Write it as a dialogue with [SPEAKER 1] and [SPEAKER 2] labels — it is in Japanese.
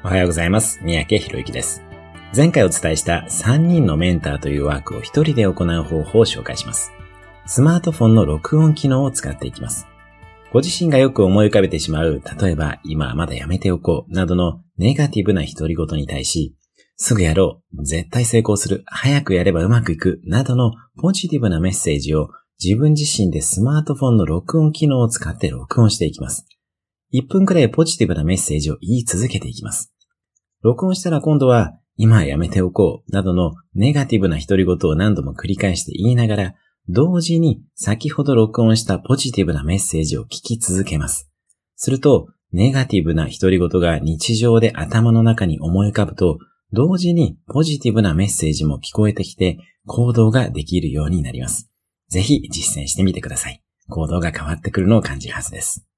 [SPEAKER 1] おはようございます。三宅博之です。前回お伝えした3人のメンターというワークを1人で行う方法を紹介します。スマートフォンの録音機能を使っていきます。ご自身がよく思い浮かべてしまう、例えば今はまだやめておこうなどのネガティブな独り言に対し、すぐやろう、絶対成功する、早くやればうまくいくなどのポジティブなメッセージを自分自身でスマートフォンの録音機能を使って録音していきます。1分くらいポジティブなメッセージを言い続けていきます。録音したら今度は今はやめておこうなどのネガティブな独り言を何度も繰り返して言いながら、同時に先ほど録音したポジティブなメッセージを聞き続けます。すると、ネガティブな独り言が日常で頭の中に思い浮かぶと、同時にポジティブなメッセージも聞こえてきて行動ができるようになります。ぜひ実践してみてください。行動が変わってくるのを感じるはずです。